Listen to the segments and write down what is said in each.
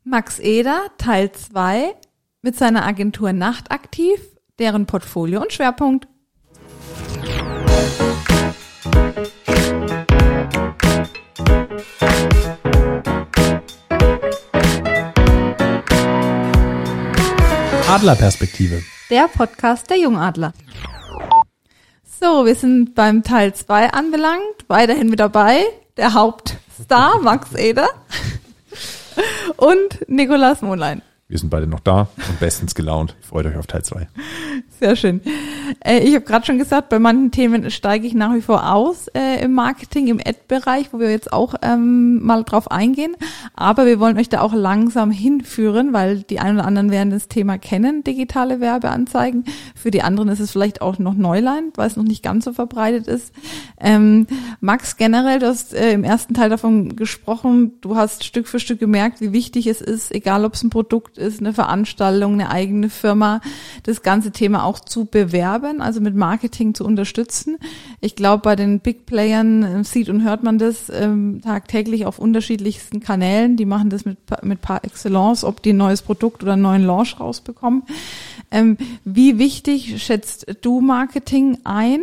Max Eder, Teil 2, mit seiner Agentur Nachtaktiv, deren Portfolio und Schwerpunkt. Adlerperspektive. Der Podcast der Jungadler. So, wir sind beim Teil 2 anbelangt. Weiterhin mit dabei der Hauptstar Max Eder und Nikolaus Mohnlein. Wir sind beide noch da und bestens gelaunt. Freut euch auf Teil 2. Sehr schön. Ich habe gerade schon gesagt, bei manchen Themen steige ich nach wie vor aus im Marketing, im Ad-Bereich, wo wir jetzt auch mal drauf eingehen. Aber wir wollen euch da auch langsam hinführen, weil die einen oder anderen werden das Thema kennen, digitale Werbeanzeigen. Für die anderen ist es vielleicht auch noch Neuland, weil es noch nicht ganz so verbreitet ist. Max, generell, du hast im ersten Teil davon gesprochen, du hast Stück für Stück gemerkt, wie wichtig es ist, egal ob es ein Produkt ist, eine Veranstaltung, eine eigene Firma, das ganze Thema auch zu bewerben, also mit Marketing zu unterstützen. Ich glaube, bei den Big Playern sieht und hört man das tagtäglich auf unterschiedlichsten Kanälen. Die machen das mit par excellence, ob die ein neues Produkt oder einen neuen Launch rausbekommen. Wie wichtig schätzt du Marketing ein?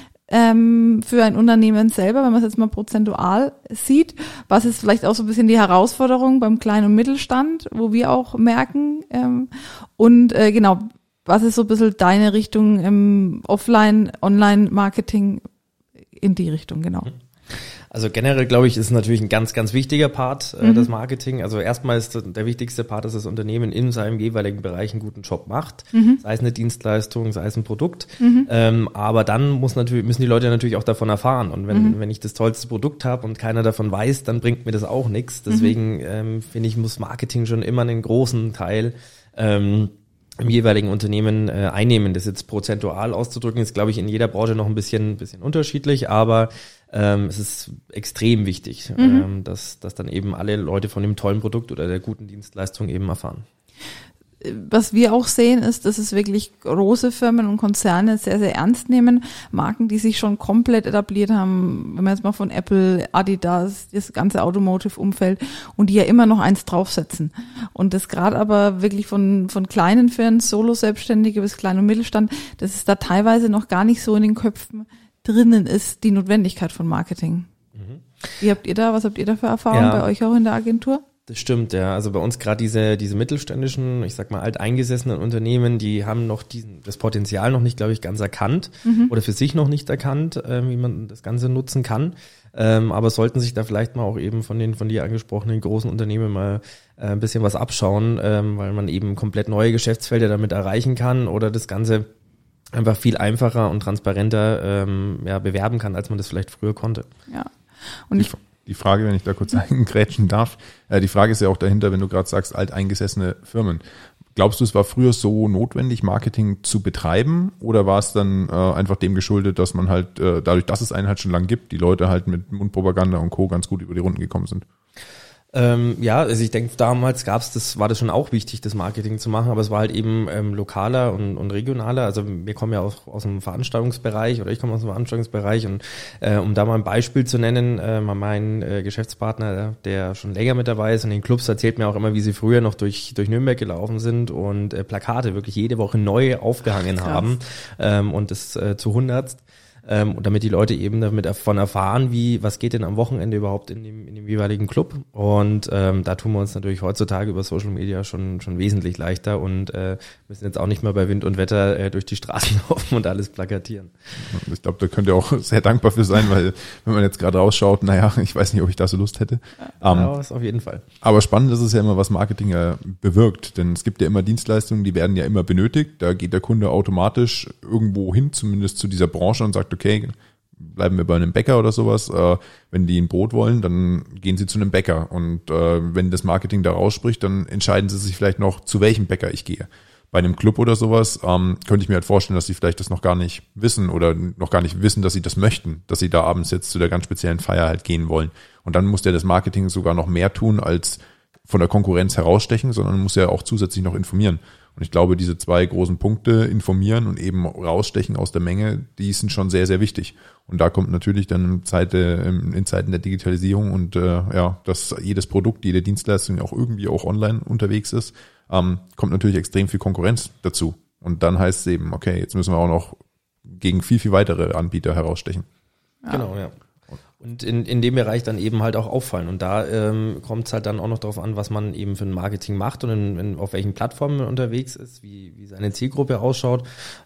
Für ein Unternehmen selber, wenn man es jetzt mal prozentual sieht, was ist vielleicht auch so ein bisschen die Herausforderung beim Klein- und Mittelstand, wo wir auch merken, genau, was ist so ein bisschen deine Richtung im Offline, Online-Marketing in die Richtung, genau. Also generell, glaube ich, ist natürlich ein ganz, ganz wichtiger Part, das Marketing. Also erstmal ist der wichtigste Part, dass das Unternehmen in seinem jeweiligen Bereich einen guten Job macht. Sei es eine Dienstleistung, sei es ein Produkt. Aber dann müssen die Leute natürlich auch davon erfahren. Und wenn ich das tollste Produkt habe und keiner davon weiß, dann bringt mir das auch nichts. Deswegen finde ich, muss Marketing schon immer einen großen Teil im jeweiligen Unternehmen einnehmen. Das jetzt prozentual auszudrücken, ist, glaube ich, in jeder Branche noch ein bisschen unterschiedlich, aber es ist extrem wichtig, dass dann eben alle Leute von dem tollen Produkt oder der guten Dienstleistung eben erfahren. Was wir auch sehen, ist, dass es wirklich große Firmen und Konzerne sehr, sehr ernst nehmen. Marken, die sich schon komplett etabliert haben, wenn man jetzt mal von Apple, Adidas, das ganze Automotive-Umfeld und die ja immer noch eins draufsetzen. Und das gerade aber wirklich von kleinen Firmen, Solo-Selbstständige bis Klein- und Mittelstand, dass es da teilweise noch gar nicht so in den Köpfen drinnen ist, die Notwendigkeit von Marketing. Was habt ihr da für Erfahrungen bei euch auch in der Agentur? Das stimmt, ja. Also bei uns gerade diese mittelständischen, ich sag mal alteingesessenen Unternehmen, die haben noch das Potenzial noch nicht, glaube ich, ganz erkannt oder für sich noch nicht erkannt, wie man das Ganze nutzen kann. Aber sollten sich da vielleicht mal auch eben von dir angesprochenen großen Unternehmen mal ein bisschen was abschauen, weil man eben komplett neue Geschäftsfelder damit erreichen kann oder das Ganze einfach viel einfacher und transparenter bewerben kann, als man das vielleicht früher konnte. Ja. Und die Frage, wenn ich da kurz eingrätschen darf, die Frage ist ja auch dahinter, wenn du gerade sagst, alteingesessene Firmen. Glaubst du, es war früher so notwendig, Marketing zu betreiben, oder war es dann einfach dem geschuldet, dass man halt, dadurch, dass es einen halt schon lange gibt, die Leute halt mit Mundpropaganda und Co. ganz gut über die Runden gekommen sind? Also ich denke, damals war das schon auch wichtig, das Marketing zu machen, aber es war halt eben lokaler und regionaler. Also wir kommen ja auch aus dem Veranstaltungsbereich oder ich komme aus dem Veranstaltungsbereich und um da mal ein Beispiel zu nennen, mein Geschäftspartner, der schon länger mit dabei ist in den Clubs, erzählt mir auch immer, wie sie früher noch durch Nürnberg gelaufen sind und Plakate wirklich jede Woche neu aufgehangen haben und das zu 100. Und damit die Leute eben davon erfahren, was geht denn am Wochenende überhaupt in dem jeweiligen Club. Und da tun wir uns natürlich heutzutage über Social Media schon wesentlich leichter und müssen jetzt auch nicht mehr bei Wind und Wetter durch die Straßen laufen und alles plakatieren. Ich glaube, da könnt ihr auch sehr dankbar für sein, weil wenn man jetzt gerade rausschaut, ich weiß nicht, ob ich da so Lust hätte. Ja, auf jeden Fall. Aber spannend ist es ja immer, was Marketing ja bewirkt, denn es gibt ja immer Dienstleistungen, die werden ja immer benötigt. Da geht der Kunde automatisch irgendwo hin, zumindest zu dieser Branche, und sagt, okay, bleiben wir bei einem Bäcker oder sowas. Wenn die ein Brot wollen, dann gehen sie zu einem Bäcker. Und wenn das Marketing da rausspricht, dann entscheiden sie sich vielleicht noch, zu welchem Bäcker ich gehe. Bei einem Club oder sowas könnte ich mir halt vorstellen, dass sie vielleicht das noch gar nicht wissen oder noch gar nicht wissen, dass sie das möchten, dass sie da abends jetzt zu der ganz speziellen Feier halt gehen wollen. Und dann muss der das Marketing sogar noch mehr tun, als von der Konkurrenz herausstechen, sondern muss ja auch zusätzlich noch informieren. Und ich glaube, diese 2 großen Punkte, informieren und eben rausstechen aus der Menge, die sind schon sehr, sehr wichtig. Und da kommt natürlich dann in Zeiten der Digitalisierung und dass jedes Produkt, jede Dienstleistung auch irgendwie auch online unterwegs ist, kommt natürlich extrem viel Konkurrenz dazu. Und dann heißt es eben, okay, jetzt müssen wir auch noch gegen viel, viel weitere Anbieter herausstechen. Ja. Genau, ja. Und in dem Bereich dann eben halt auch auffallen. Und da kommt es halt dann auch noch darauf an, was man eben für ein Marketing macht und auf welchen Plattformen man unterwegs ist, wie seine Zielgruppe ausschaut.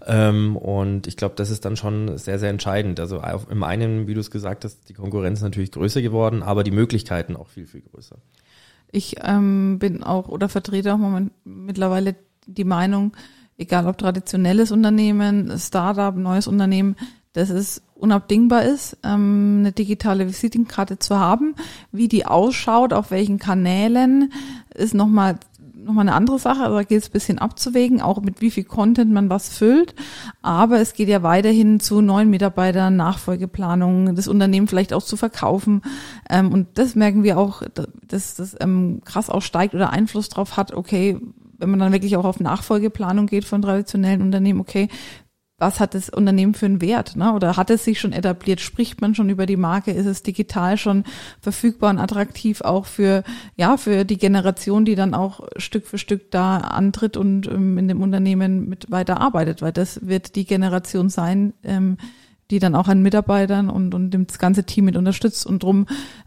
Und ich glaube, das ist dann schon sehr, sehr entscheidend. Also im einen, wie du es gesagt hast, die Konkurrenz natürlich größer geworden, aber die Möglichkeiten auch viel, viel größer. Ich bin auch oder vertrete auch mittlerweile die Meinung, egal ob traditionelles Unternehmen, Startup, neues Unternehmen, dass es unabdingbar ist, eine digitale Visitenkarte zu haben. Wie die ausschaut, auf welchen Kanälen, ist nochmal eine andere Sache. Also da geht es ein bisschen abzuwägen, auch mit wie viel Content man was füllt. Aber es geht ja weiterhin zu neuen Mitarbeitern, Nachfolgeplanungen, das Unternehmen vielleicht auch zu verkaufen. Und das merken wir auch, dass das krass auch steigt oder Einfluss drauf hat, okay, wenn man dann wirklich auch auf Nachfolgeplanung geht von traditionellen Unternehmen, okay, was hat das Unternehmen für einen Wert, ne? Oder hat es sich schon etabliert? Spricht man schon über die Marke? Ist es digital schon verfügbar und attraktiv auch für die Generation, die dann auch Stück für Stück da antritt und in dem Unternehmen mit weiter arbeitet? Weil das wird die Generation sein, die dann auch an Mitarbeitern und das ganze Team mit unterstützt. Und drum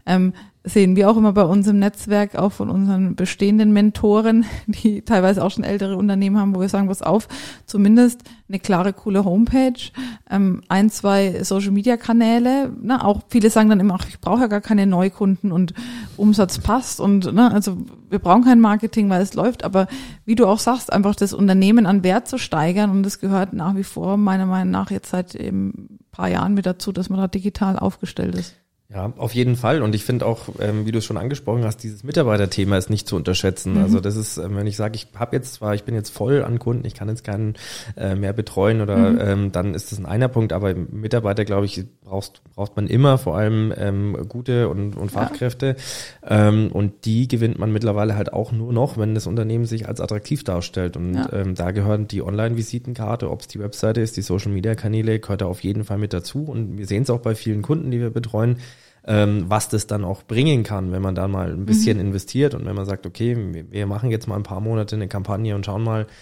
sehen wir auch immer bei uns im Netzwerk, auch von unseren bestehenden Mentoren, die teilweise auch schon ältere Unternehmen haben, wo wir sagen, pass auf, zumindest eine klare, coole Homepage, 1, 2 Social-Media-Kanäle, ne? Auch viele sagen dann immer, ach, ich brauche ja gar keine Neukunden und Umsatz passt und also wir brauchen kein Marketing, weil es läuft, aber wie du auch sagst, einfach das Unternehmen an Wert zu steigern und das gehört nach wie vor meiner Meinung nach jetzt seit ein paar Jahren mit dazu, dass man da digital aufgestellt ist. Ja, auf jeden Fall. Und ich finde auch, wie du es schon angesprochen hast, dieses Mitarbeiterthema ist nicht zu unterschätzen. Also das ist, wenn ich sage, ich bin jetzt voll an Kunden, ich kann jetzt keinen mehr betreuen oder dann ist das ein Punkt. Aber Mitarbeiter, glaube ich, braucht man immer, vor allem gute und Fachkräfte. Ja. Und die gewinnt man mittlerweile halt auch nur noch, wenn das Unternehmen sich als attraktiv darstellt. Und da gehören die Online-Visitenkarte, ob es die Webseite ist, die Social-Media-Kanäle, gehört da auf jeden Fall mit dazu. Und wir sehen es auch bei vielen Kunden, die wir betreuen, was das dann auch bringen kann, wenn man da mal ein bisschen investiert und wenn man sagt, okay, wir machen jetzt mal ein paar Monate eine Kampagne und schauen mal,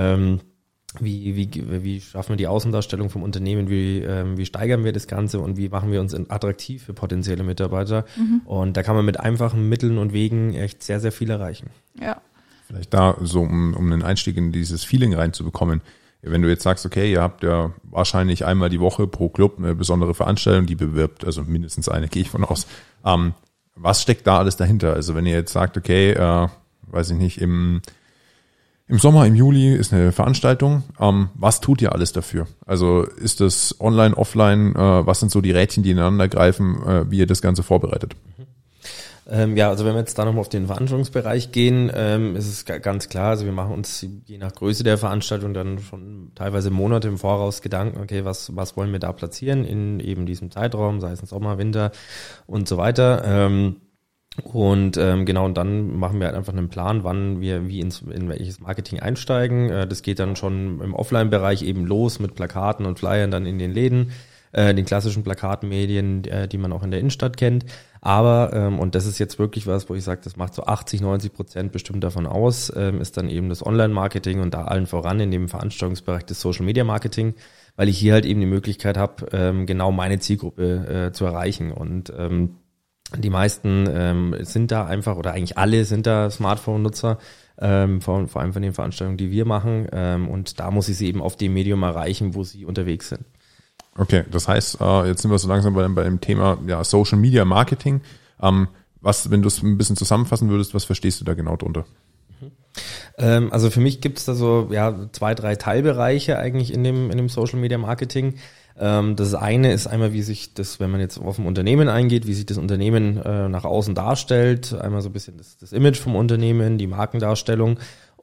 wie schaffen wir die Außendarstellung vom Unternehmen, wie steigern wir das Ganze und wie machen wir uns attraktiv für potenzielle Mitarbeiter. Und da kann man mit einfachen Mitteln und Wegen echt sehr, sehr viel erreichen. Ja. Vielleicht da so, um einen Einstieg in dieses Feeling reinzubekommen. Wenn du jetzt sagst, okay, ihr habt ja wahrscheinlich einmal die Woche pro Club eine besondere Veranstaltung, die bewirbt, also mindestens eine, gehe ich von aus. Was steckt da alles dahinter? Also wenn ihr jetzt sagt, okay, weiß ich nicht, im Sommer, im Juli ist eine Veranstaltung, was tut ihr alles dafür? Also ist das online, offline, was sind so die Rädchen, die ineinander greifen, wie ihr das Ganze vorbereitet? Also wenn wir jetzt da nochmal auf den Veranstaltungsbereich gehen, ist es ganz klar, also wir machen uns je nach Größe der Veranstaltung dann schon teilweise Monate im Voraus Gedanken, okay, was wollen wir da platzieren in eben diesem Zeitraum, sei es im Sommer, Winter und so weiter. Und dann machen wir halt einfach einen Plan, wann wir in welches Marketing einsteigen. Das geht dann schon im Offline-Bereich eben los mit Plakaten und Flyern dann in den Läden, den klassischen Plakatmedien, die man auch in der Innenstadt kennt. Aber, und das ist jetzt wirklich was, wo ich sage, das macht so 80-90% bestimmt davon aus, ist dann eben das Online-Marketing und da allen voran in dem Veranstaltungsbereich des Social-Media-Marketing, weil ich hier halt eben die Möglichkeit habe, genau meine Zielgruppe zu erreichen. Und die meisten sind da einfach, oder eigentlich alle sind da Smartphone-Nutzer, vor allem von den Veranstaltungen, die wir machen. Und da muss ich sie eben auf dem Medium erreichen, wo sie unterwegs sind. Okay, das heißt, jetzt sind wir so langsam bei dem Thema Social Media Marketing. Wenn du es ein bisschen zusammenfassen würdest, was verstehst du da genau drunter? Also für mich gibt es da so 2, 3 Teilbereiche eigentlich in dem Social Media Marketing. Das eine ist einmal, wie sich das, wenn man jetzt auf ein Unternehmen eingeht, wie sich das Unternehmen nach außen darstellt. Einmal so ein bisschen das Image vom Unternehmen, die Markendarstellung.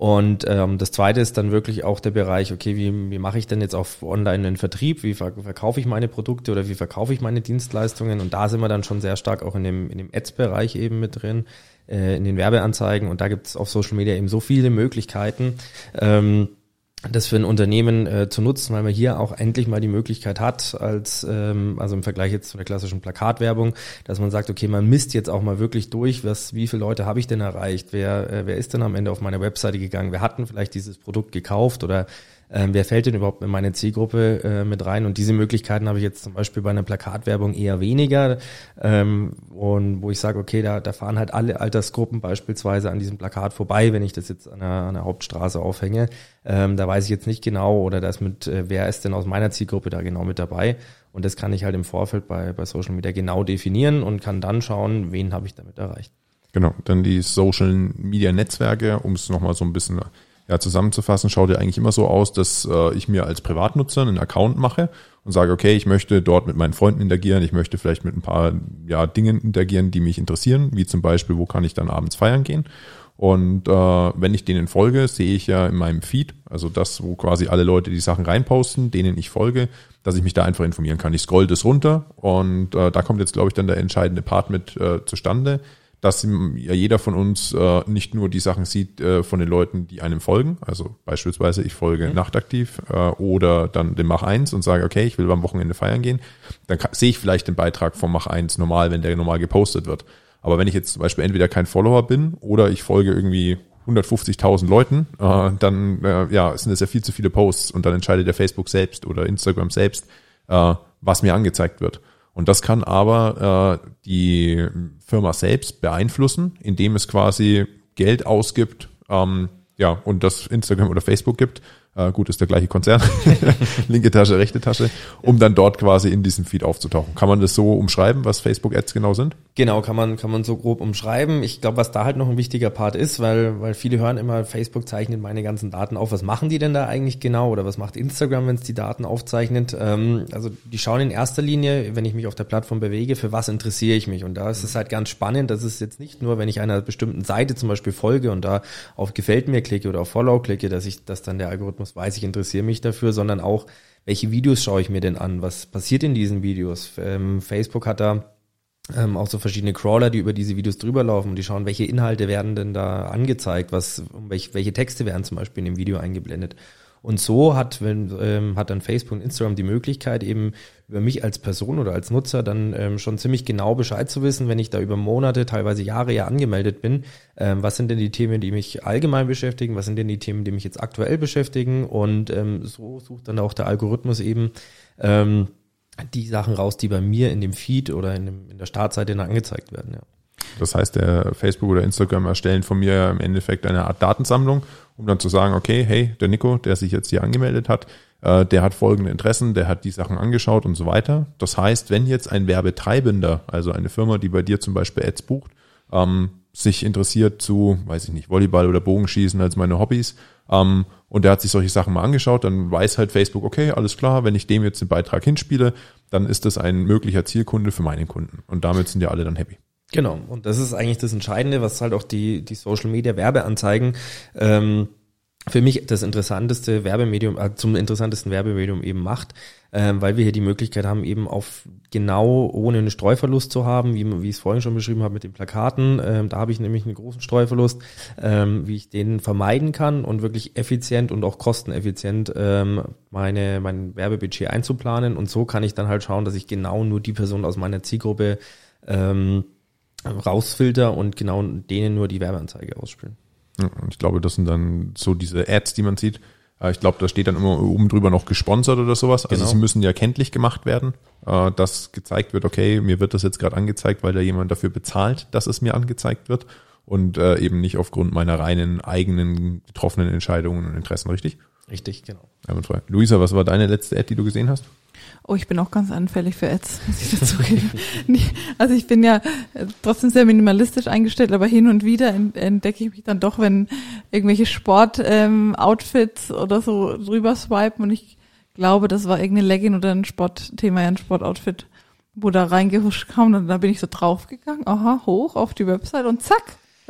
Und das Zweite ist dann wirklich auch der Bereich, okay, wie mache ich denn jetzt auf online einen Vertrieb, wie verkaufe ich meine Produkte oder wie verkaufe ich meine Dienstleistungen, und da sind wir dann schon sehr stark auch in dem Ads-Bereich eben mit drin, in den Werbeanzeigen, und da gibt es auf Social Media eben so viele Möglichkeiten, das für ein Unternehmen zu nutzen, weil man hier auch endlich mal die Möglichkeit hat, also im Vergleich jetzt zu der klassischen Plakatwerbung, dass man sagt, okay, man misst jetzt auch mal wirklich durch, wie viele Leute habe ich denn erreicht, wer ist denn am Ende auf meine Webseite gegangen, wer hat denn vielleicht dieses Produkt gekauft oder wer fällt denn überhaupt in meine Zielgruppe mit rein? Und diese Möglichkeiten habe ich jetzt zum Beispiel bei einer Plakatwerbung eher weniger. Und wo ich sage, okay, da fahren halt alle Altersgruppen beispielsweise an diesem Plakat vorbei, wenn ich das jetzt an einer Hauptstraße aufhänge. Da weiß ich jetzt nicht genau, oder wer ist denn aus meiner Zielgruppe da genau mit dabei? Und das kann ich halt im Vorfeld bei Social Media genau definieren und kann dann schauen, wen habe ich damit erreicht. Genau, dann die Social Media Netzwerke, um es nochmal so ein bisschen zusammenzufassen, schaut ja eigentlich immer so aus, dass ich mir als Privatnutzer einen Account mache und sage, okay, ich möchte dort mit meinen Freunden interagieren, ich möchte vielleicht mit ein paar Dingen interagieren, die mich interessieren, wie zum Beispiel, wo kann ich dann abends feiern gehen. Und wenn ich denen folge, sehe ich ja in meinem Feed, also das, wo quasi alle Leute die Sachen reinposten, denen ich folge, dass ich mich da einfach informieren kann. Ich scroll das runter und da kommt jetzt, glaube ich, dann der entscheidende Part mit zustande, dass ja jeder von uns nicht nur die Sachen sieht von den Leuten, die einem folgen. Also beispielsweise ich folge Nachtaktiv oder dann dem Mach 1 und sage, okay, ich will beim Wochenende feiern gehen. Dann sehe ich vielleicht den Beitrag vom Mach 1 normal, wenn der normal gepostet wird. Aber wenn ich jetzt zum Beispiel entweder kein Follower bin oder ich folge irgendwie 150.000 Leuten, dann sind es ja viel zu viele Posts und dann entscheidet der Facebook selbst oder Instagram selbst, was mir angezeigt wird. Und das kann aber die Firma selbst beeinflussen, indem es quasi Geld ausgibt, und das Instagram oder Facebook gibt. Gut, ist der gleiche Konzern, linke Tasche, rechte Tasche, um dann dort quasi in diesem Feed aufzutauchen. Kann man das so umschreiben, was Facebook-Ads genau sind? Genau, kann man so grob umschreiben. Ich glaube, was da halt noch ein wichtiger Part ist, weil viele hören immer, Facebook zeichnet meine ganzen Daten auf. Was machen die denn da eigentlich genau? Oder was macht Instagram, wenn es die Daten aufzeichnet? Also die schauen in erster Linie, wenn ich mich auf der Plattform bewege, für was interessiere ich mich? Und da ist es halt ganz spannend, dass es jetzt nicht nur, wenn ich einer bestimmten Seite zum Beispiel folge und da auf Gefällt mir klicke oder auf Follow klicke, dass dann der Algorithmus weiß, ich interessiere mich dafür, sondern auch, welche Videos schaue ich mir denn an? Was passiert in diesen Videos? Facebook hat da auch so verschiedene Crawler, die über diese Videos drüber laufen und die schauen, welche Inhalte werden denn da angezeigt, welche Texte werden zum Beispiel in dem Video eingeblendet. Und so hat dann Facebook und Instagram die Möglichkeit, eben über mich als Person oder als Nutzer dann schon ziemlich genau Bescheid zu wissen, wenn ich da über Monate, teilweise Jahre ja angemeldet bin. Was sind denn die Themen, die mich allgemein beschäftigen? Was sind denn die Themen, die mich jetzt aktuell beschäftigen? Und so sucht dann auch der Algorithmus eben die Sachen raus, die bei mir in dem Feed oder in der Startseite dann angezeigt werden. Ja. Das heißt, der Facebook oder Instagram erstellen von mir im Endeffekt eine Art Datensammlung, um dann zu sagen, okay, hey, der Nico, der sich jetzt hier angemeldet hat, der hat folgende Interessen, der hat die Sachen angeschaut und so weiter. Das heißt, wenn jetzt ein Werbetreibender, also eine Firma, die bei dir zum Beispiel Ads bucht, sich interessiert zu, weiß ich nicht, Volleyball oder Bogenschießen als meine Hobbys, und der hat sich solche Sachen mal angeschaut, dann weiß halt Facebook, okay, alles klar, wenn ich dem jetzt den Beitrag hinspiele, dann ist das ein möglicher Zielkunde für meinen Kunden. Und damit sind ja alle dann happy. Genau, und das ist eigentlich das Entscheidende, was halt auch die Social Media Werbeanzeigen für mich das interessanteste Werbemedium, zum interessantesten Werbemedium eben macht, weil wir hier die Möglichkeit haben, eben ohne einen Streuverlust zu haben, wie ich es vorhin schon beschrieben habe mit den Plakaten. Da habe ich nämlich einen großen Streuverlust, wie ich den vermeiden kann und wirklich effizient und auch kosteneffizient mein Werbebudget einzuplanen. Und so kann ich dann halt schauen, dass ich genau nur die Person aus meiner Zielgruppe rausfilter und genau denen nur die Werbeanzeige ausspielen. Ja, und ich glaube, das sind dann so diese Ads, die man sieht. Ich glaube, da steht dann immer oben drüber noch gesponsert oder sowas. Also sie müssen ja kenntlich gemacht werden, dass gezeigt wird, okay, mir wird das jetzt gerade angezeigt, weil da jemand dafür bezahlt, dass es mir angezeigt wird und eben nicht aufgrund meiner reinen eigenen getroffenen Entscheidungen und Interessen, richtig? Richtig, genau. Einwandfrei. Luisa, was war deine letzte Ad, die du gesehen hast? Oh, ich bin auch ganz anfällig für Ads, muss ich dazugeben. Also ich bin ja trotzdem sehr minimalistisch eingestellt, aber hin und wieder entdecke ich mich dann doch, wenn irgendwelche Sport-Outfits oder so drüber swipen, und ich glaube, das war irgendeine Legging oder ein Sportthema, ein Sportoutfit, wo da reingehuscht kam, und da bin ich so draufgegangen, hoch auf die Website und zack,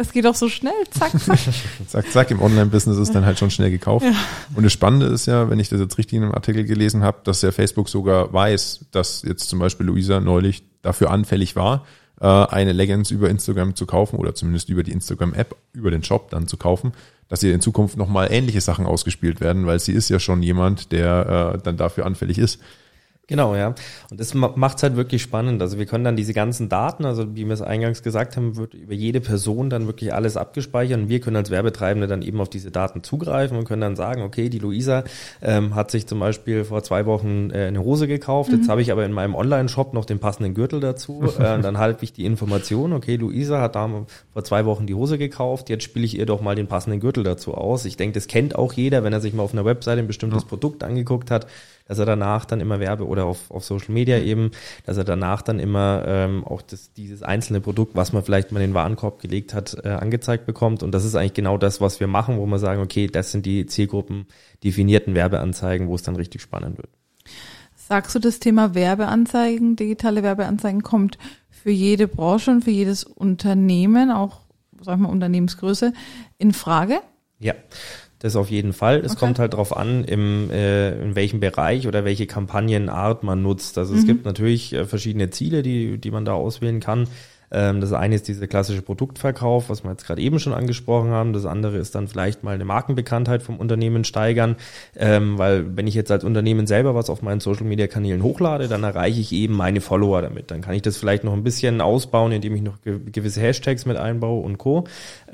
Das geht doch so schnell, zack, zack. Zack, zack, im Online-Business ist dann halt schon schnell gekauft. Ja. Und das Spannende ist ja, wenn ich das jetzt richtig in einem Artikel gelesen habe, dass ja Facebook sogar weiß, dass jetzt zum Beispiel Luisa neulich dafür anfällig war, eine Leggings über Instagram zu kaufen oder zumindest über die Instagram-App, über den Shop dann zu kaufen, dass ihr in Zukunft nochmal ähnliche Sachen ausgespielt werden, weil sie ist ja schon jemand, der dann dafür anfällig ist. Genau, ja. Und das macht's halt wirklich spannend. Also wir können dann diese ganzen Daten, also wie wir es eingangs gesagt haben, wird über jede Person dann wirklich alles abgespeichert und wir können als Werbetreibende dann eben auf diese Daten zugreifen und können dann sagen, okay, die Luisa hat sich zum Beispiel vor 2 Wochen eine Hose gekauft, jetzt habe ich aber in meinem Online-Shop noch den passenden Gürtel dazu, dann halte ich die Information, okay, Luisa hat da vor 2 Wochen die Hose gekauft, jetzt spiele ich ihr doch mal den passenden Gürtel dazu aus. Ich denke, das kennt auch jeder, wenn er sich mal auf einer Webseite ein bestimmtes Produkt angeguckt hat, dass er danach dann immer oder auf Social Media eben, dass er danach dann immer auch dieses einzelne Produkt, was man vielleicht mal in den Warenkorb gelegt hat, angezeigt bekommt. Und das ist eigentlich genau das, was wir machen, wo wir sagen, okay, das sind die Zielgruppen definierten Werbeanzeigen, wo es dann richtig spannend wird. Sagst du, das Thema Werbeanzeigen, digitale Werbeanzeigen kommt für jede Branche und für jedes Unternehmen, auch, sag ich mal, Unternehmensgröße, in Frage? Ja. Das auf jeden Fall. Es kommt halt drauf an, in welchem Bereich oder welche Kampagnenart man nutzt. Also es gibt natürlich verschiedene Ziele, die man da auswählen kann. Das eine ist dieser klassische Produktverkauf, was wir jetzt gerade eben schon angesprochen haben. Das andere ist dann vielleicht mal eine Markenbekanntheit vom Unternehmen steigern, weil wenn ich jetzt als Unternehmen selber was auf meinen Social-Media-Kanälen hochlade, dann erreiche ich eben meine Follower damit. Dann kann ich das vielleicht noch ein bisschen ausbauen, indem ich noch gewisse Hashtags mit einbaue und Co.,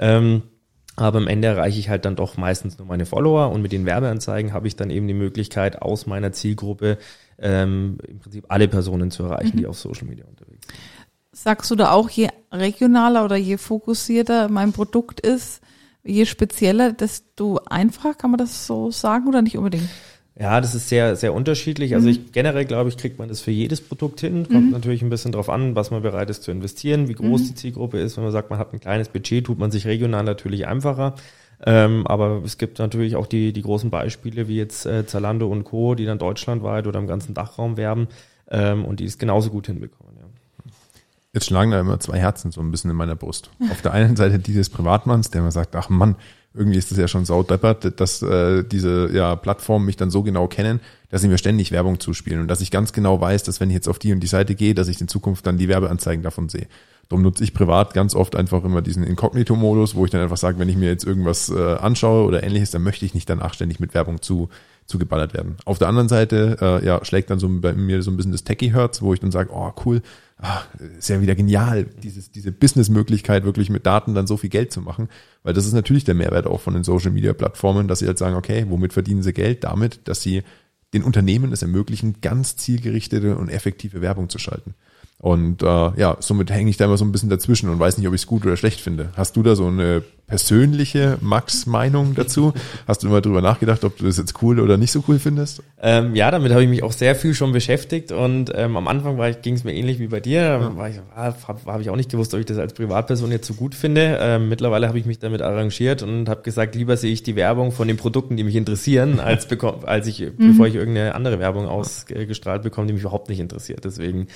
aber am Ende erreiche ich halt dann doch meistens nur meine Follower und mit den Werbeanzeigen habe ich dann eben die Möglichkeit, aus meiner Zielgruppe im Prinzip alle Personen zu erreichen, die auf Social Media unterwegs sind. Sagst du da auch, je regionaler oder je fokussierter mein Produkt ist, je spezieller, desto einfacher, kann man das so sagen oder nicht unbedingt? Ja, das ist sehr, sehr unterschiedlich. Also generell glaube ich, kriegt man das für jedes Produkt hin. Kommt natürlich ein bisschen drauf an, was man bereit ist zu investieren, wie groß die Zielgruppe ist. Wenn man sagt, man hat ein kleines Budget, tut man sich regional natürlich einfacher. Aber es gibt natürlich auch die großen Beispiele, wie jetzt Zalando und Co., die dann deutschlandweit oder im ganzen Dachraum werben und die es genauso gut hinbekommen. Ja. Jetzt schlagen da immer 2 Herzen so ein bisschen in meiner Brust. Auf der einen Seite die des Privatmanns, der immer sagt, ach Mann, irgendwie ist das ja schon saudeppert, dass diese Plattformen mich dann so genau kennen, dass sie mir ständig Werbung zuspielen und dass ich ganz genau weiß, dass wenn ich jetzt auf die und die Seite gehe, dass ich in Zukunft dann die Werbeanzeigen davon sehe. Darum nutze ich privat ganz oft einfach immer diesen Inkognito-Modus, wo ich dann einfach sage, wenn ich mir jetzt irgendwas anschaue oder ähnliches, dann möchte ich nicht danach ständig mit Werbung zugeballert werden. Auf der anderen Seite schlägt dann so bei mir so ein bisschen das Techie-Herz, wo ich dann sage, oh cool, ist ja wieder genial, diese Business-Möglichkeit wirklich mit Daten dann so viel Geld zu machen, weil das ist natürlich der Mehrwert auch von den Social-Media-Plattformen, dass sie halt sagen, okay, womit verdienen sie Geld? Damit, dass sie den Unternehmen es ermöglichen, ganz zielgerichtete und effektive Werbung zu schalten. Und somit hänge ich da immer so ein bisschen dazwischen und weiß nicht, ob ich es gut oder schlecht finde. Hast du da so eine persönliche Max-Meinung dazu? Hast du immer drüber nachgedacht, ob du das jetzt cool oder nicht so cool findest? Ja, damit habe ich mich auch sehr viel schon beschäftigt und am Anfang ging es mir ähnlich wie bei dir. Habe ich auch nicht gewusst, ob ich das als Privatperson jetzt so gut finde. Mittlerweile habe ich mich damit arrangiert und habe gesagt, lieber sehe ich die Werbung von den Produkten, die mich interessieren, bevor ich irgendeine andere Werbung ausgestrahlt bekomme, die mich überhaupt nicht interessiert. Deswegen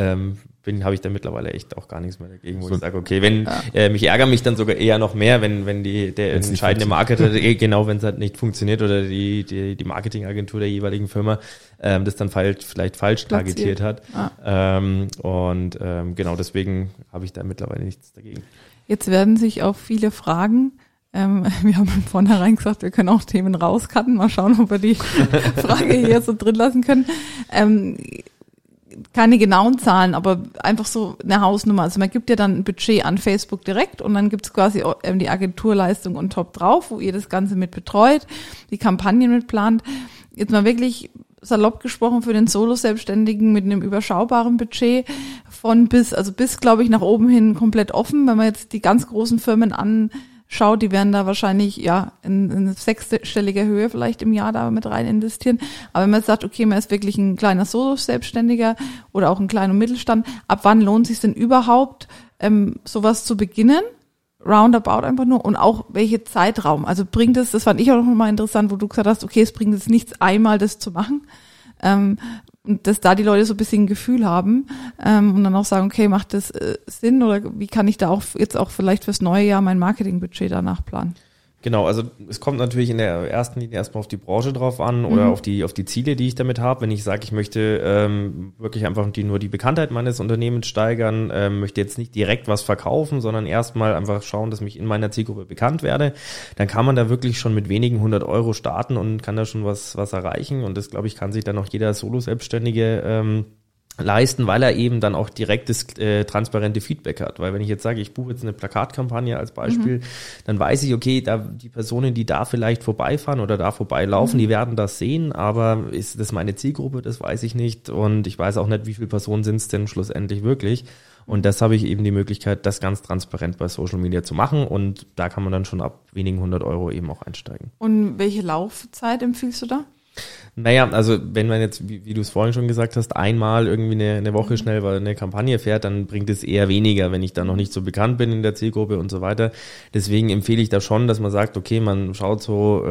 habe ich da mittlerweile echt auch gar nichts mehr dagegen, wo ich sage, okay, mich ärgern mich dann sogar eher noch mehr, wenn der entscheidende Marketer, genau, wenn es halt nicht funktioniert oder die Marketingagentur der jeweiligen Firma das dann vielleicht falsch targetiert hat. Genau, deswegen habe ich da mittlerweile nichts dagegen. Jetzt werden sich auch viele fragen, wir haben von vornherein gesagt, wir können auch Themen rauscutten, mal schauen, ob wir die Frage hier so drin lassen können. Keine genauen Zahlen, aber einfach so eine Hausnummer. Also man gibt ja dann ein Budget an Facebook direkt und dann gibt's quasi die Agenturleistung on top drauf, wo ihr das Ganze mit betreut, die Kampagnen mit plant. Jetzt mal wirklich salopp gesprochen für den Solo-Selbstständigen mit einem überschaubaren Budget bis, glaube ich, nach oben hin komplett offen. Wenn man jetzt die ganz großen Firmen anschaut, die werden da wahrscheinlich in 6-stelliger Höhe vielleicht im Jahr da mit rein investieren. Aber wenn man jetzt sagt, okay, man ist wirklich ein kleiner Solo-Selbstständiger oder auch ein kleiner Mittelstand, ab wann lohnt es sich denn überhaupt, sowas zu beginnen? Roundabout einfach nur und auch welche Zeitraum. Also bringt es, das fand ich auch noch mal interessant, wo du gesagt hast, okay, es bringt jetzt nichts, einmal das zu machen. und dass da die Leute so ein bisschen ein Gefühl haben und dann auch sagen, okay, macht das Sinn oder wie kann ich da auch jetzt auch vielleicht fürs neue Jahr mein Marketingbudget danach planen? Genau, also es kommt natürlich in der ersten Linie erstmal auf die Branche drauf an oder auf die Ziele, die ich damit habe. Wenn ich sage, ich möchte wirklich einfach nur die Bekanntheit meines Unternehmens steigern, möchte jetzt nicht direkt was verkaufen, sondern erstmal einfach schauen, dass ich in meiner Zielgruppe bekannt werde, dann kann man da wirklich schon mit wenigen 100 € starten und kann da schon was erreichen. Und das, glaube ich, kann sich dann auch jeder Solo-Selbstständige leisten, weil er eben dann auch direktes, transparente Feedback hat. Weil wenn ich jetzt sage, ich buche jetzt eine Plakatkampagne als Beispiel, dann weiß ich, okay, da die Personen, die da vielleicht vorbeifahren oder da vorbeilaufen, die werden das sehen, aber ist das meine Zielgruppe? Das weiß ich nicht und ich weiß auch nicht, wie viele Personen sind es denn schlussendlich wirklich. Und das habe ich eben die Möglichkeit, das ganz transparent bei Social Media zu machen und da kann man dann schon ab wenigen 100 € eben auch einsteigen. Und welche Laufzeit empfiehlst du da? Naja, also wenn man jetzt, wie du es vorhin schon gesagt hast, einmal irgendwie eine Woche schnell eine Kampagne fährt, dann bringt es eher weniger, wenn ich dann noch nicht so bekannt bin in der Zielgruppe und so weiter. Deswegen empfehle ich da schon, dass man sagt, okay, man schaut so,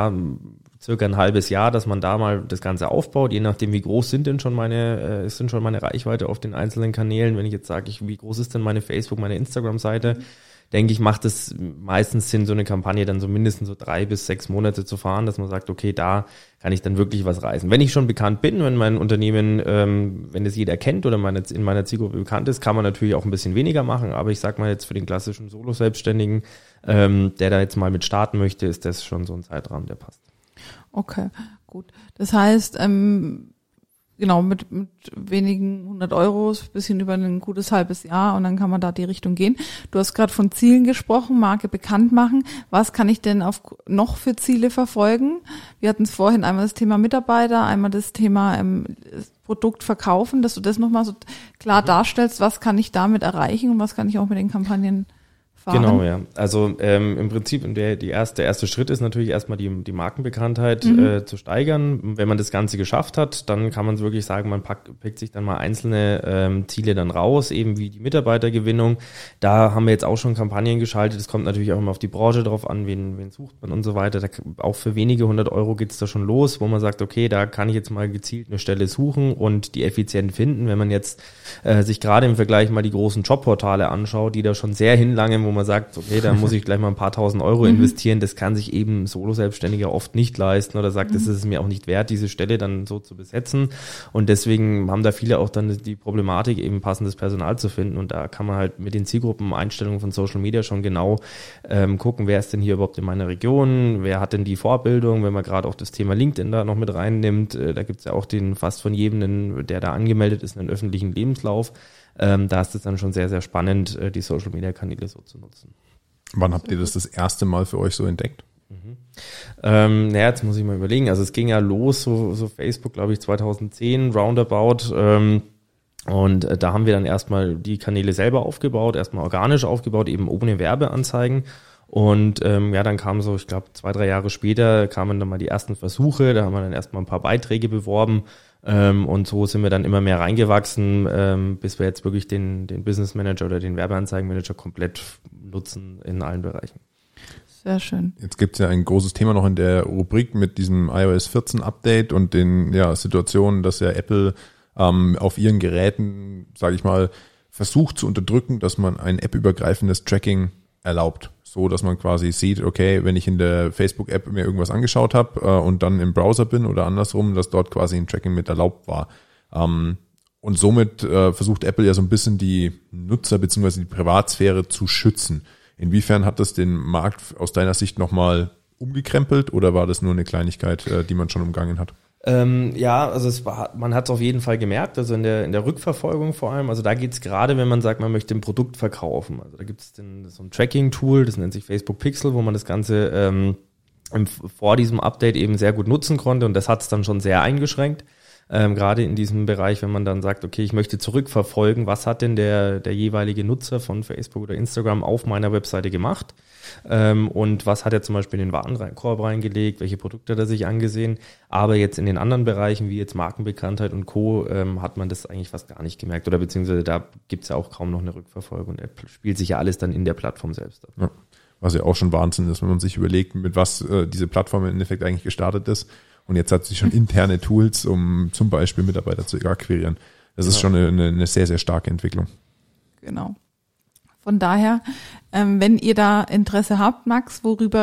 circa ein halbes Jahr, dass man da mal das Ganze aufbaut, je nachdem, wie groß sind schon meine Reichweite auf den einzelnen Kanälen. Wenn ich jetzt sage, wie groß ist denn meine Facebook, meine Instagram-Seite, denke ich, macht es meistens Sinn, so eine Kampagne dann so mindestens so 3 bis 6 Monate zu fahren, dass man sagt, okay, da kann ich dann wirklich was reißen. Wenn ich schon bekannt bin, wenn mein Unternehmen, wenn es jeder kennt oder in meiner Zielgruppe bekannt ist, kann man natürlich auch ein bisschen weniger machen, aber ich sag mal jetzt für den klassischen Solo-Selbstständigen, der da jetzt mal mit starten möchte, ist das schon so ein Zeitrahmen, der passt. Okay, gut. Das heißt, genau, mit wenigen 100 € bisschen über ein gutes halbes Jahr und dann kann man da die Richtung gehen. Du hast gerade von Zielen gesprochen, Marke bekannt machen. Was kann ich denn noch für Ziele verfolgen? Wir hatten es vorhin einmal das Thema Mitarbeiter, einmal das Thema Produkt verkaufen, dass du das nochmal so klar darstellst, was kann ich damit erreichen und was kann ich auch mit den Kampagnen fahren? Genau, ja. Also im Prinzip der erste Schritt ist natürlich erstmal die Markenbekanntheit zu steigern. Wenn man das Ganze geschafft hat, dann kann man wirklich sagen, man pickt sich dann mal einzelne Ziele dann raus, eben wie die Mitarbeitergewinnung. Da haben wir jetzt auch schon Kampagnen geschaltet. Es kommt natürlich auch immer auf die Branche drauf an, wen sucht man und so weiter. Auch für wenige 100 € geht's da schon los, wo man sagt, okay, da kann ich jetzt mal gezielt eine Stelle suchen und die effizient finden. Wenn man jetzt sich gerade im Vergleich mal die großen Jobportale anschaut, die da schon sehr hinlangen, wo man sagt, okay, da muss ich gleich mal ein paar tausend Euro investieren, das kann sich eben Solo-Selbstständiger oft nicht leisten oder sagt, das ist es mir auch nicht wert, diese Stelle dann so zu besetzen und deswegen haben da viele auch dann die Problematik, eben passendes Personal zu finden und da kann man halt mit den Zielgruppeneinstellungen von Social Media schon genau gucken, wer ist denn hier überhaupt in meiner Region, wer hat denn die Vorbildung, wenn man gerade auch das Thema LinkedIn da noch mit reinnimmt, da gibt's ja auch den fast von jedem, der da angemeldet ist, einen öffentlichen Lebenslauf. Da ist es dann schon sehr, sehr spannend, die Social-Media-Kanäle so zu nutzen. Wann habt ihr das erste Mal für euch so entdeckt? Jetzt muss ich mal überlegen. Also es ging ja los, so Facebook, glaube ich, 2010, roundabout. Und da haben wir dann erstmal die Kanäle selber aufgebaut, erstmal organisch aufgebaut, eben ohne Werbeanzeigen. Und dann kam so, ich glaube 2-3 Jahre später kamen dann mal die ersten Versuche, da haben wir dann erstmal ein paar Beiträge beworben und so sind wir dann immer mehr reingewachsen, bis wir jetzt wirklich den Business Manager oder den Werbeanzeigenmanager komplett nutzen in allen Bereichen. Sehr schön. Jetzt gibt es ja ein großes Thema noch in der Rubrik mit diesem iOS 14 Update und den Situationen, dass ja Apple auf ihren Geräten, sage ich mal, versucht zu unterdrücken, dass man ein appübergreifendes Tracking erlaubt. So, dass man quasi sieht, okay, wenn ich in der Facebook-App mir irgendwas angeschaut habe und dann im Browser bin oder andersrum, dass dort quasi ein Tracking mit erlaubt war. Und somit versucht Apple ja so ein bisschen die Nutzer bzw. die Privatsphäre zu schützen. Inwiefern hat das den Markt aus deiner Sicht nochmal umgekrempelt oder war das nur eine Kleinigkeit, die man schon umgangen hat? Man hat es auf jeden Fall gemerkt, also in der Rückverfolgung vor allem, also da geht es gerade, wenn man sagt, man möchte ein Produkt verkaufen, also da gibt es so ein Tracking-Tool, das nennt sich Facebook Pixel, wo man das Ganze vor diesem Update eben sehr gut nutzen konnte und das hat es dann schon sehr eingeschränkt, gerade in diesem Bereich, wenn man dann sagt, okay, ich möchte zurückverfolgen, was hat denn der jeweilige Nutzer von Facebook oder Instagram auf meiner Webseite gemacht und was hat er zum Beispiel in den Warenkorb reingelegt, welche Produkte hat er sich angesehen, aber jetzt in den anderen Bereichen, wie jetzt Markenbekanntheit und Co., hat man das eigentlich fast gar nicht gemerkt oder beziehungsweise da gibt's ja auch kaum noch eine Rückverfolgung, Apple spielt sich ja alles dann in der Plattform selbst ab. Ja, was ja auch schon Wahnsinn ist, wenn man sich überlegt, mit was diese Plattform im Endeffekt eigentlich gestartet ist. und jetzt hat sie schon interne Tools, um zum Beispiel Mitarbeiter zu akquirieren. Das ist schon eine sehr, sehr starke Entwicklung. Genau. Von daher, wenn ihr da Interesse habt, Max,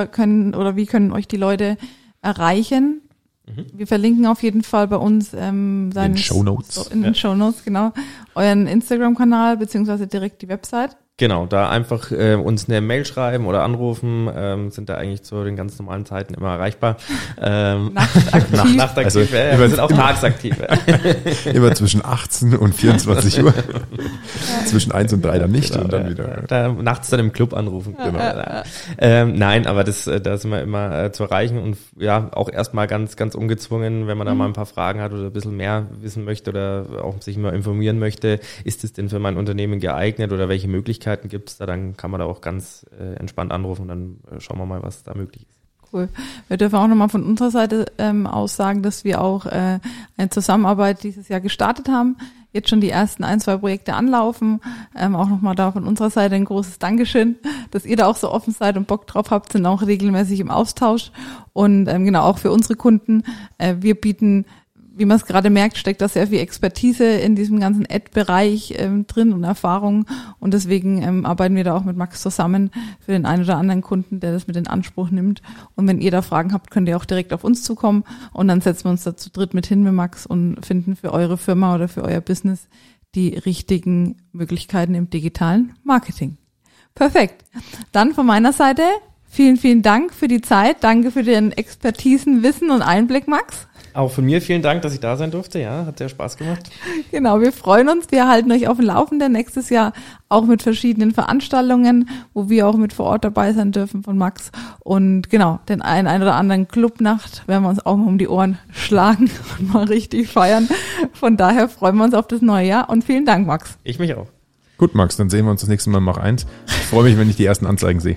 wie können euch die Leute erreichen? Wir verlinken auf jeden Fall bei uns in den Shownotes. In den Shownotes, genau. Euren Instagram-Kanal beziehungsweise direkt die Website. Genau, da einfach uns eine Mail schreiben oder anrufen, sind da eigentlich zu den ganz normalen Zeiten immer erreichbar. Nachtaktiv. Nachtaktiv, Also, wir sind auch tagsaktiv. Immer zwischen 18 und 24 Uhr. Zwischen 1 und 3 dann nicht und dann wieder. Da nachts dann im Club anrufen. Genau. Nein, aber da sind wir immer zu erreichen und ja, auch erstmal ganz, ganz ungezwungen, wenn man da mal ein paar Fragen hat oder ein bisschen mehr wissen möchte oder auch sich mal informieren möchte, ist es denn für mein Unternehmen geeignet oder welche Möglichkeiten gibt es da, dann kann man da auch ganz entspannt anrufen und dann schauen wir mal, was da möglich ist. Cool. Wir dürfen auch nochmal von unserer Seite aus sagen, dass wir auch eine Zusammenarbeit dieses Jahr gestartet haben. Jetzt schon die ersten 1-2 Projekte anlaufen. Auch nochmal da von unserer Seite ein großes Dankeschön, dass ihr da auch so offen seid und Bock drauf habt, sind auch regelmäßig im Austausch. Und genau, auch für unsere Kunden. Wir bieten, wie man es gerade merkt, steckt da sehr viel Expertise in diesem ganzen Ad-Bereich drin und Erfahrung. Und deswegen arbeiten wir da auch mit Max zusammen für den einen oder anderen Kunden, der das mit in Anspruch nimmt. Und wenn ihr da Fragen habt, könnt ihr auch direkt auf uns zukommen. Und dann setzen wir uns da zu dritt mit hin mit Max und finden für eure Firma oder für euer Business die richtigen Möglichkeiten im digitalen Marketing. Perfekt. Dann von meiner Seite vielen, vielen Dank für die Zeit. Danke für den Expertisen, Wissen und Einblick, Max. Auch von mir vielen Dank, dass ich da sein durfte. Ja, hat sehr Spaß gemacht. Genau, wir freuen uns. Wir halten euch auf dem Laufenden nächstes Jahr auch mit verschiedenen Veranstaltungen, wo wir auch mit vor Ort dabei sein dürfen von Max. Und genau, den einen oder anderen Clubnacht werden wir uns auch mal um die Ohren schlagen und mal richtig feiern. Von daher freuen wir uns auf das neue Jahr und vielen Dank, Max. Ich mich auch. Gut, Max, dann sehen wir uns das nächste Mal im Mach 1. Ich freue mich, wenn ich die ersten Anzeigen sehe.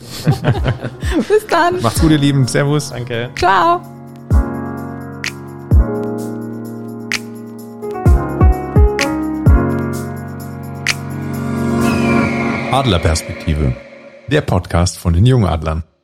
Bis dann. Macht's gut, ihr Lieben. Servus. Danke. Ciao. Adlerperspektive, der Podcast von den Jungadlern.